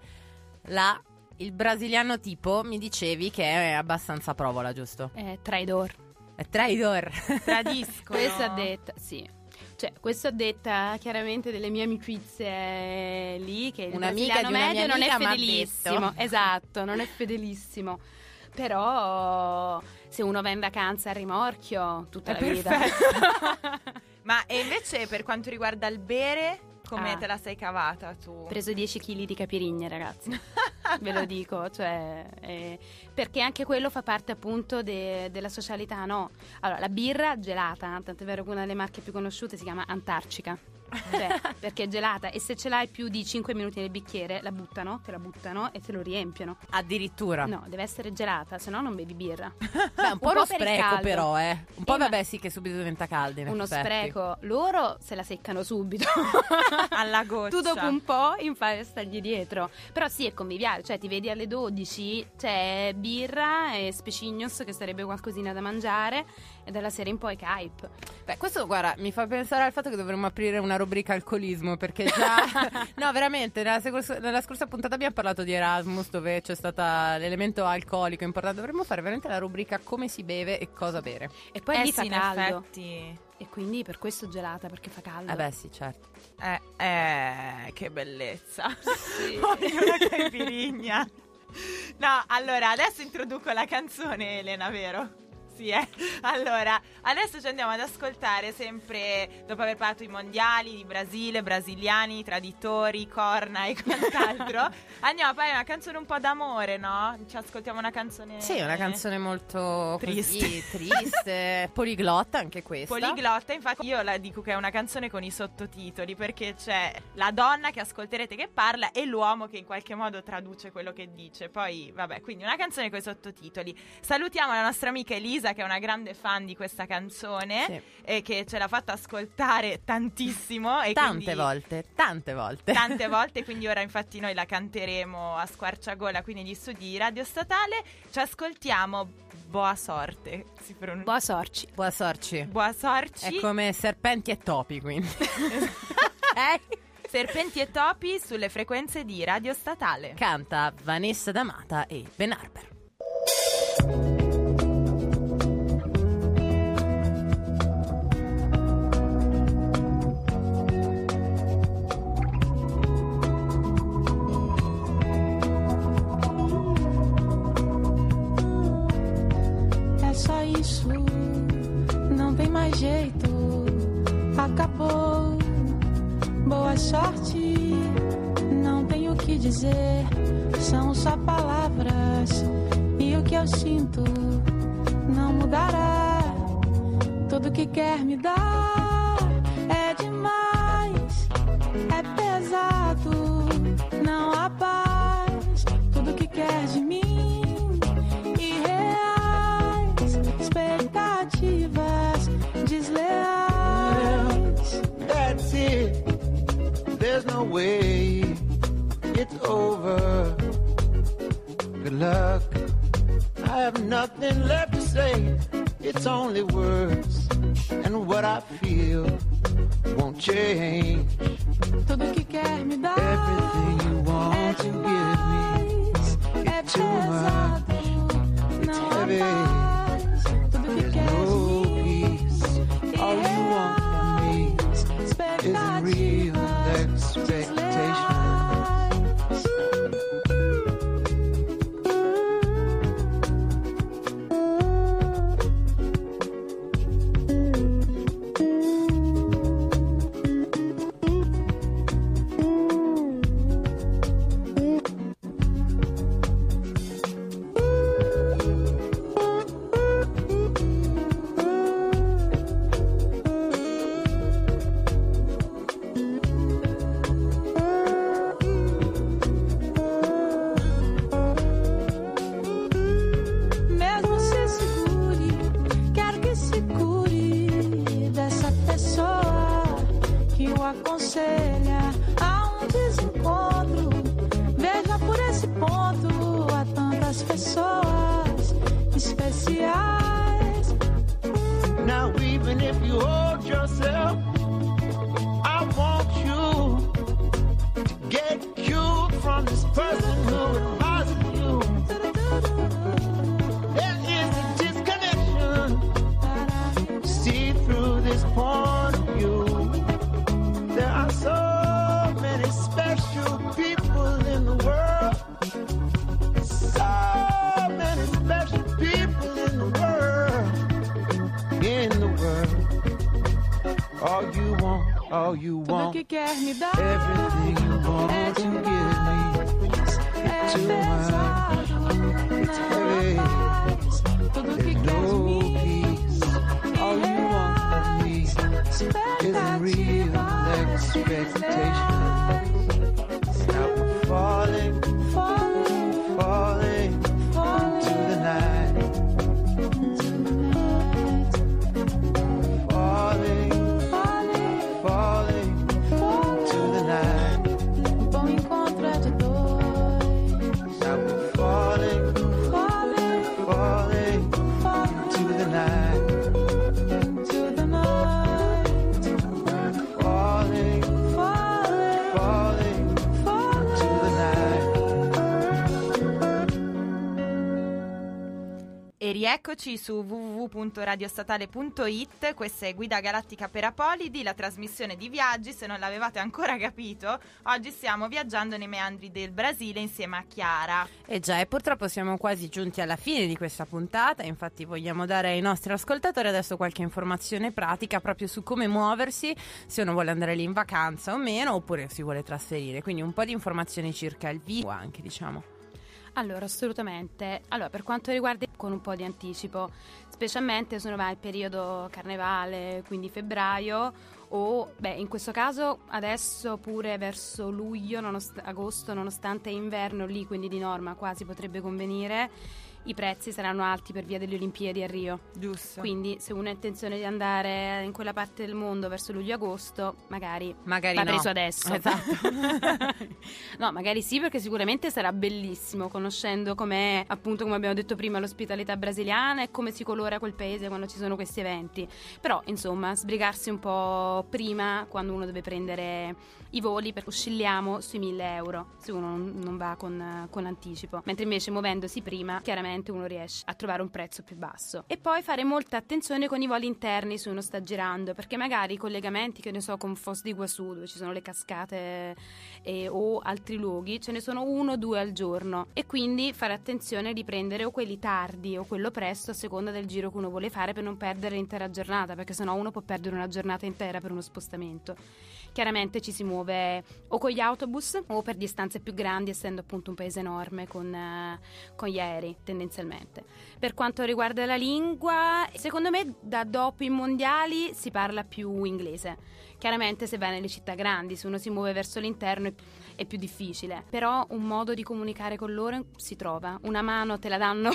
Il brasiliano tipo mi dicevi che è abbastanza provola, giusto? Traidor. È traidor. Tradiscono. Questo ha detto, sì. Cioè, questo detta chiaramente delle mie amicizie lì, che il Un'amica brasiliano di una mia medio non è amica m'ha fedelissimo. detto. Esatto, non è fedelissimo. Però se uno va in vacanza a rimorchio tutta la vita. Ma e invece per quanto riguarda il bere, come te la sei cavata tu? Ho preso 10 kg di capirigne, ragazzi. Ve lo dico, cioè, perché anche quello fa parte appunto della socialità, no? Allora, la birra gelata, tanto è vero che una delle marche più conosciute si chiama Antarcica, cioè, perché è gelata, e se ce l'hai più di 5 minuti nel bicchiere te la buttano e te lo riempiono. Addirittura. No, deve essere gelata, se no non bevi birra. Beh, un po' lo per il spreco caldo. però, un po' ma vabbè sì che subito diventa calda in uno effetti. spreco, loro se la seccano subito. Alla goccia. Tu dopo un po' impari a stargli dietro. Però sì, è conviviale, cioè ti vedi alle 12, c'è birra e specignos, che sarebbe qualcosina da mangiare, e dalla sera in poi hype. Beh, questo guarda mi fa pensare al fatto che dovremmo aprire una rubrica alcolismo, perché già no veramente nella scorsa puntata abbiamo parlato di Erasmus, dove c'è stato l'elemento alcolico importante. Dovremmo fare veramente la rubrica come si beve e cosa bere. E poi lì fa in caldo. effetti. E quindi per questo gelata, perché fa caldo. Beh sì, certo. Che bellezza. Sì. Voglio una caipirinha. No, allora adesso introduco la canzone, Elena, vero? Sì, Allora, adesso ci andiamo ad ascoltare, sempre dopo aver parlato di mondiali, di Brasile, brasiliani, traditori, corna e quant'altro. Andiamo a parlare di una canzone un po' d'amore, no? Ci ascoltiamo una canzone. Sì, una canzone molto triste. triste, poliglotta anche questa. Poliglotta, infatti io la dico che è una canzone con i sottotitoli, perché c'è la donna che ascolterete che parla e l'uomo che in qualche modo traduce quello che dice. Poi, vabbè, quindi una canzone con i sottotitoli. Salutiamo la nostra amica Elisa, che è una grande fan di questa canzone, sì, e che ce l'ha fatto ascoltare tantissimo e tante volte, quindi ora infatti noi la canteremo a squarciagola qui negli studi di Radio Statale. Ci ascoltiamo Boa Sorte, si pronuncia. Boa sorci. Boa Sorci. È come serpenti e topi, quindi. Serpenti e topi sulle frequenze di Radio Statale. Canta Vanessa D'Amata e Ben Harper. Só isso, não tem mais jeito, acabou. Boa sorte, não tenho o que dizer, são só palavras e o que eu sinto não mudará. Tudo que quer me dar é demais, é pesado, não há paz. Tudo que quer de mim, expectativas desleais. That's it, there's no way it's over. Good luck, I have nothing left to say. It's only words, and what I feel won't change. Tudo que quer me dar, everything you want to give me, it's too much, it's heavy. There's no peace. All you want from me is real expectation. This point of view. all you tudo want, que quer me dar everything you want é to give demais, me. It's too much, it's heavy, tudo que there's quer de no mim peace. All you want from me isn't real expectation. Now we're falling, falling into the night. Falling, falling into the night. um bom encontro é de dois. Now we're falling, falling into the night. Into the night, Falling, falling into the night. E rieccoci su www.radiostatale.it. Questa è Guida Galattica per Apolidi, la trasmissione di viaggi. Se non l'avevate ancora capito, oggi stiamo viaggiando nei meandri del Brasile insieme a Chiara. E già, e purtroppo siamo quasi giunti alla fine di questa puntata, infatti vogliamo dare ai nostri ascoltatori adesso qualche informazione pratica proprio su come muoversi, se uno vuole andare lì in vacanza o meno, oppure si vuole trasferire, quindi un po' di informazioni circa il vivo anche, diciamo. Allora, assolutamente. Allora, per quanto riguarda con un po' di anticipo, specialmente se uno va al periodo carnevale, quindi febbraio, o in questo caso adesso pure verso luglio, agosto, nonostante è inverno lì, quindi di norma quasi potrebbe convenire. I prezzi saranno alti per via delle Olimpiadi a Rio. Giusto. Quindi se uno ha intenzione di andare in quella parte del mondo verso luglio-agosto, magari va no. preso adesso. Esatto. No, magari sì, perché sicuramente sarà bellissimo, conoscendo com'è, appunto, come abbiamo detto prima, l'ospitalità brasiliana e come si colora quel paese quando ci sono questi eventi. Però, insomma, sbrigarsi un po' prima, quando uno deve prendere i voli, perché oscilliamo sui 1.000 euro se uno non va con anticipo, mentre invece muovendosi prima chiaramente uno riesce a trovare un prezzo più basso. E poi fare molta attenzione con i voli interni se uno sta girando, perché magari i collegamenti, che ne so, con Foz do Iguaçu, dove ci sono le cascate o altri luoghi, ce ne sono 1 o 2 al giorno, e quindi fare attenzione di prendere o quelli tardi o quello presto a seconda del giro che uno vuole fare, per non perdere l'intera giornata, perché sennò uno può perdere una giornata intera per uno spostamento. Chiaramente ci si muove o con gli autobus o per distanze più grandi, essendo appunto un paese enorme, con gli aerei tendenzialmente. Per quanto riguarda la lingua, secondo me da dopo i mondiali si parla più inglese. Chiaramente se vai nelle città grandi, se uno si muove verso l'interno è più difficile, però un modo di comunicare con loro si trova, una mano te la danno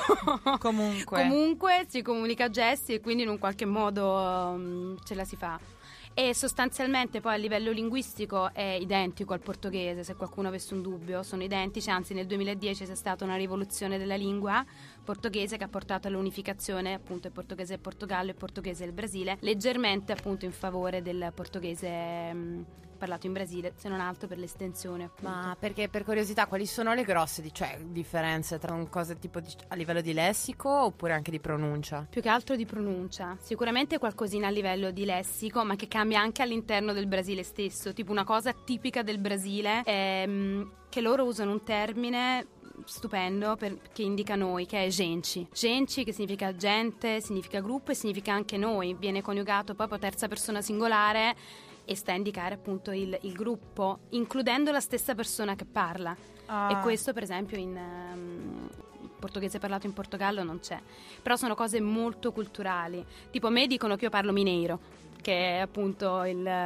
comunque si comunica a gesti, e quindi in un qualche modo ce la si fa. E sostanzialmente poi a livello linguistico è identico al portoghese, se qualcuno avesse un dubbio, sono identici, anzi nel 2010 c'è stata una rivoluzione della lingua portoghese che ha portato all'unificazione, appunto, il portoghese del Portogallo e il portoghese del Brasile, leggermente appunto in favore del portoghese parlato in Brasile, se non altro per l'estensione, appunto. Ma perché, per curiosità, quali sono le grosse differenze tra un cosa tipo a livello di lessico oppure anche di pronuncia? Più che altro di pronuncia, sicuramente qualcosina a livello di lessico, ma che cambia anche all'interno del Brasile stesso. Tipo, una cosa tipica del Brasile è che loro usano un termine stupendo che indica noi, che è gente, che significa gente, significa gruppo e significa anche noi, viene coniugato poi terza persona singolare e sta a indicare appunto il gruppo, includendo la stessa persona che parla. E questo per esempio in portoghese parlato in Portogallo non c'è, però sono cose molto culturali. Tipo, a me dicono che io parlo mineiro, che è appunto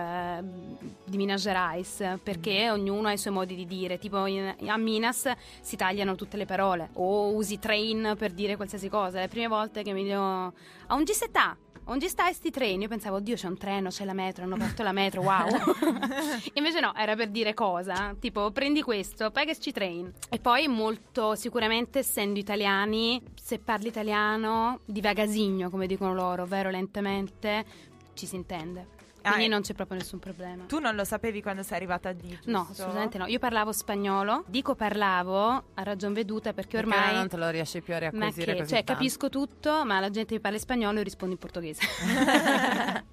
di Minas Gerais, perché ognuno ha i suoi modi di dire. Tipo a Minas si tagliano tutte le parole, o usi train per dire qualsiasi cosa. Le prime volte che mi dicono onde sta sti treni, io pensavo, oddio, c'è un treno, c'è la metro, hanno aperto la metro, wow. Invece no, era per dire cosa, tipo prendi questo, pagaci train. E poi molto sicuramente, essendo italiani, se parli italiano di vagasigno, come dicono loro, ovvero lentamente, ci si intende. Quindi non c'è proprio nessun problema. Tu non lo sapevi quando sei arrivata lì, giusto? No, assolutamente no. Io parlavo spagnolo. Dico parlavo a ragion veduta perché ormai non te lo riesci più a riacquisire così tanto. Capisco tutto, ma la gente che parla spagnolo risponde in portoghese.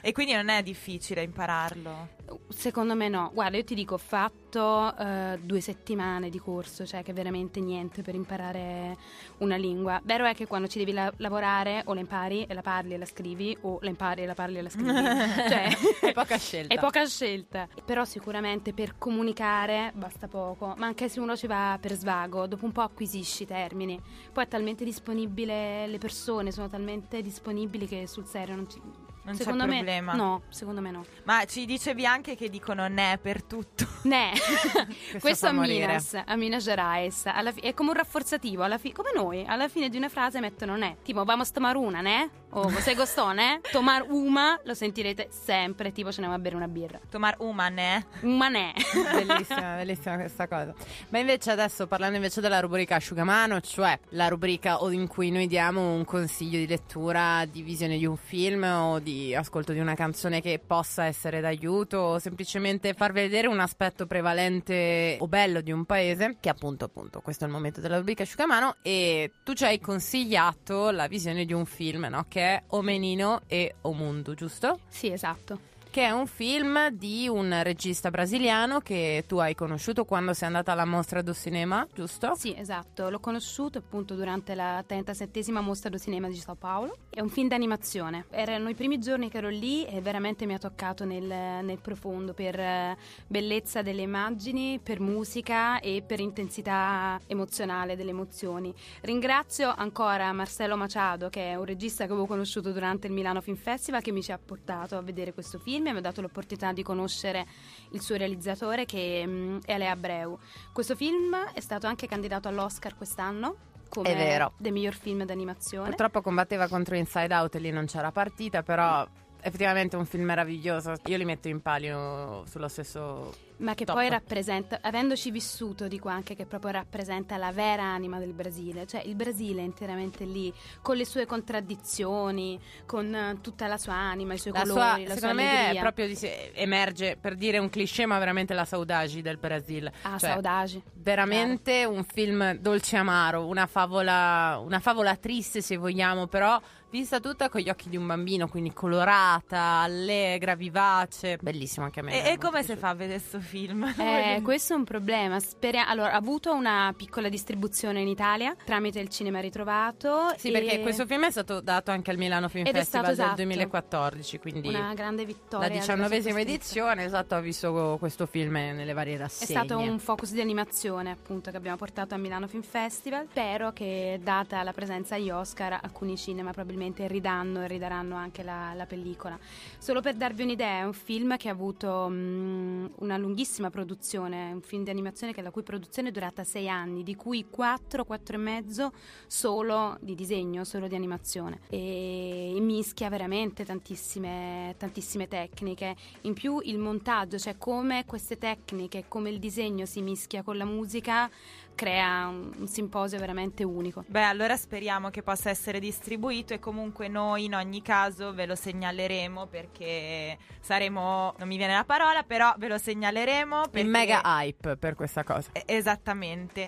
E quindi non è difficile impararlo? Secondo me no. Guarda, io ti dico, ho fatto 2 settimane di corso, cioè che veramente niente per imparare una lingua. Vero è che quando ci devi lavorare o la impari e la parli e la scrivi, o la impari e la parli e la scrivi. Cioè, È poca scelta. è poca scelta. Però sicuramente per comunicare basta poco, ma anche se uno ci va per svago, dopo un po' acquisisci i termini. Poi è talmente disponibile, le persone sono talmente disponibili che sul serio non Non secondo c'è me problema. no, secondo me no. Ma ci dicevi anche che dicono ne per tutto. Ne. Questo fa morire. a Minas Gerais è come un rafforzativo come noi, alla fine di una frase mettono ne, tipo vamos tomar una, ne? O você gostou, ne? Tomar uma lo sentirete sempre, tipo ce ne va a bere una birra. Tomar uma, ne? Uma ne. Bellissima questa cosa. Ma invece adesso, parlando invece della rubrica asciugamano, cioè la rubrica in cui noi diamo un consiglio di lettura, di visione di un film o di ascolto di una canzone che possa essere d'aiuto, o semplicemente far vedere un aspetto prevalente o bello di un paese, che appunto questo è il momento della rubrica asciugamano, e tu ci hai consigliato la visione di un film, no? Che è O Menino e O Mundo, giusto? Sì, esatto. Che è un film di un regista brasiliano che tu hai conosciuto quando sei andata alla Mostra do Cinema, giusto? Sì, esatto, l'ho conosciuto appunto durante la 37esima Mostra do Cinema di Sao Paulo. È un film d'animazione. Erano i primi giorni che ero lì e veramente mi ha toccato nel profondo per bellezza delle immagini, per musica e per intensità emozionale delle emozioni. Ringrazio ancora Marcelo Machado, che è un regista che avevo conosciuto durante il Milano Film Festival, che mi ci ha portato a vedere questo film. Mi ha dato l'opportunità di conoscere il suo realizzatore, che è Alea Abreu. Questo film è stato anche candidato all'Oscar quest'anno come È vero. del miglior film d'animazione. Purtroppo combatteva contro Inside Out e lì non c'era partita, però effettivamente è un film meraviglioso. Io li metto in palio sullo stesso... Ma che Top. poi rappresenta, avendoci vissuto, dico anche che proprio rappresenta la vera anima del Brasile. Cioè il Brasile è interamente lì, con le sue contraddizioni, con tutta la sua anima, i suoi colori, la sua secondo me allegria. è proprio emerge, per dire un cliché, ma veramente la saudade del Brasile. Ah, Cioè, saudade. veramente un film dolce amaro, una favola triste se vogliamo, però vista tutta con gli occhi di un bambino, quindi colorata, allegra, vivace, bellissimo anche a me. E come si fa a vedere questo film? Questo è un problema. Allora, ha avuto una piccola distribuzione in Italia tramite il Cinema Ritrovato. Sì, perché questo film è stato dato anche al Milano Film Ed è Festival stato, del esatto, 2014, 2014, quindi una grande vittoria. la 19ª edizione, esatto, ho visto questo film nelle varie È rassegne. stato un focus di animazione, appunto, che abbiamo portato a Milano Film Festival. Spero che, data la presenza agli Oscar, alcuni cinema probabilmente ridanno e ridaranno anche la pellicola. Solo per darvi un'idea, è un film che ha avuto una lunghissima produzione, un film di animazione la cui produzione è durata 6 anni, di cui 4 e mezzo solo di disegno, solo di animazione, e mischia veramente tantissime tecniche. In più il montaggio, cioè come queste tecniche, come il disegno si mischia con la musica, crea un simposio veramente unico. Beh, allora speriamo che possa essere distribuito, e comunque noi in ogni caso ve lo segnaleremo, perché saremo, non mi viene la parola, però ve lo segnaleremo perché... Il mega hype per questa cosa. Esattamente.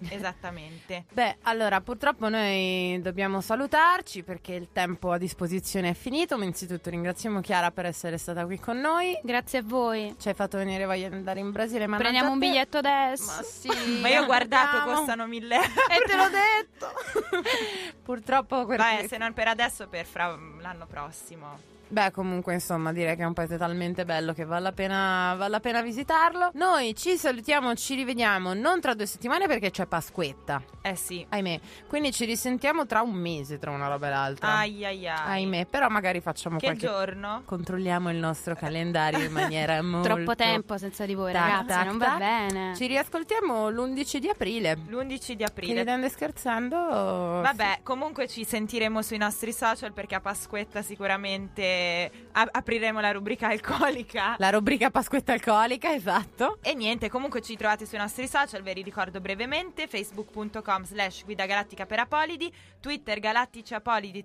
Beh, allora purtroppo noi dobbiamo salutarci perché il tempo a disposizione è finito. Ma innanzitutto ringraziamo Chiara per essere stata qui con noi. Grazie a voi. Ci hai fatto venire voglia di andare in Brasile, ma Prendiamo un biglietto adesso. Ma sì, Ma io ho guardato, andiamo. costano 1.000 euro. E te l'ho detto. Purtroppo Se non per adesso, per l'anno prossimo. Beh, comunque, insomma, direi che è un paese talmente bello che vale la pena visitarlo. Noi ci salutiamo, ci rivediamo non tra 2 settimane perché c'è Pasquetta. Sì. Ahimè. Quindi ci risentiamo tra un mese, tra una roba e l'altra. Ai. Ahimè, però magari facciamo Che qualche... giorno? Controlliamo il nostro calendario in maniera molto... Troppo tempo senza di voi, Tac, ragazzi, tac, non tac. va bene. Ci riascoltiamo l'11 di aprile. L'11 di Che aprile. ridendo e scherzando. Vabbè, comunque ci sentiremo sui nostri social, perché a Pasquetta sicuramente apriremo la rubrica alcolica. La rubrica Pasquetta alcolica, esatto. E niente, comunque ci trovate sui nostri social, ve li ricordo brevemente: facebook.com/Guida Galattica per Apolidi, Twitter Galattici Apolidi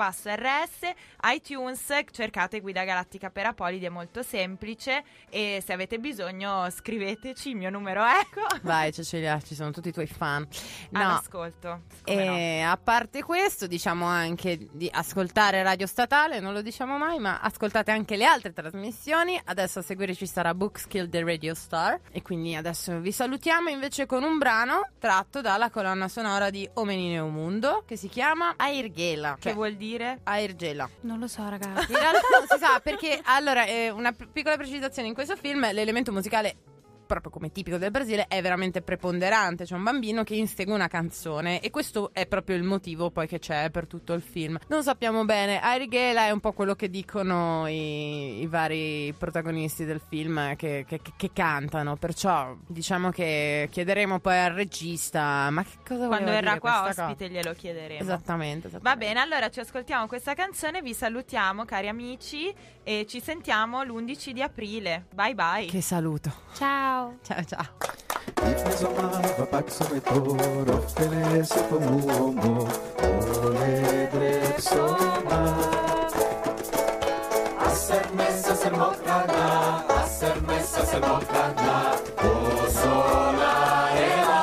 _RS, iTunes cercate Guida Galattica per Apolidi, è molto semplice, e se avete bisogno scriveteci, il mio numero è Vai Cecilia, ci sono tutti i tuoi fan. No, all'ascolto. Come no? e a parte questo, diciamo anche di ascoltare Radio Statale, non lo diciamo mai, ma ascoltate anche le altre trasmissioni. Adesso a seguire ci sarà Bookskill The Radio Star, e quindi adesso vi salutiamo invece con un brano tratto dalla colonna sonora di Omenine Mundo, che si chiama Airgela. Che vuol dire? Airgela. Non lo so, ragazzi. In realtà non si sa, perché allora una piccola precisazione: in questo film l'elemento musicale, proprio come tipico del Brasile, è veramente preponderante. C'è un bambino che insegue una canzone, e questo è proprio il motivo poi che c'è per tutto il film. Non sappiamo bene. Airgela è un po' quello che dicono i vari protagonisti del film che cantano, perciò diciamo che chiederemo poi al regista ma che cosa quando voleva verrà dire qua questa ospite glielo chiederemo. Esattamente. Va bene, allora ci ascoltiamo questa canzone, vi salutiamo cari amici e ci sentiamo l'11 di aprile. Bye bye. Che saluto. Ciao. Ciao ciao. Ifezomava paksometor oferece como homo oledrepsoma Aser mesa ser mokrana Aser mesa ser mokrana O sola ela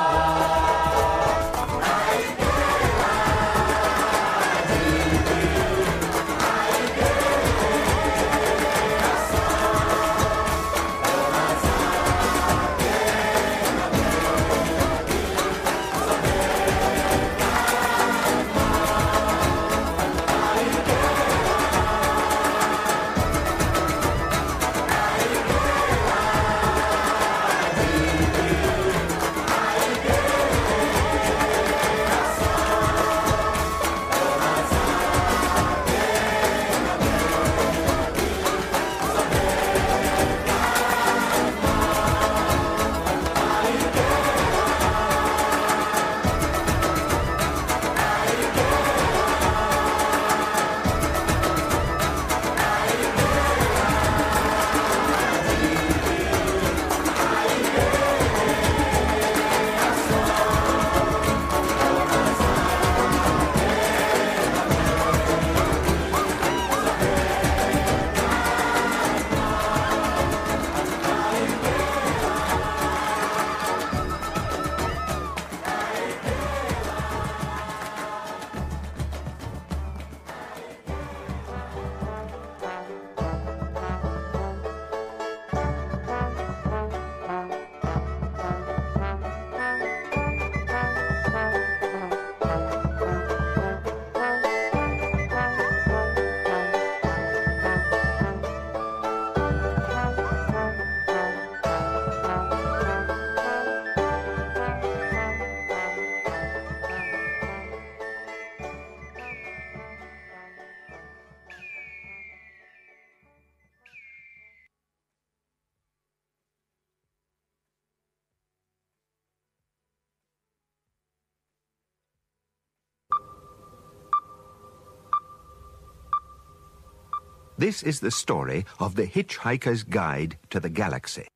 This is the story of The Hitchhiker's Guide to the Galaxy.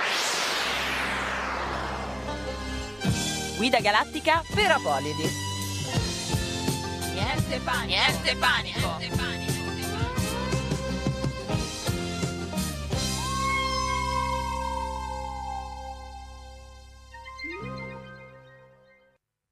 Guida galattica per Apolidi. Niente panico. Niente panico.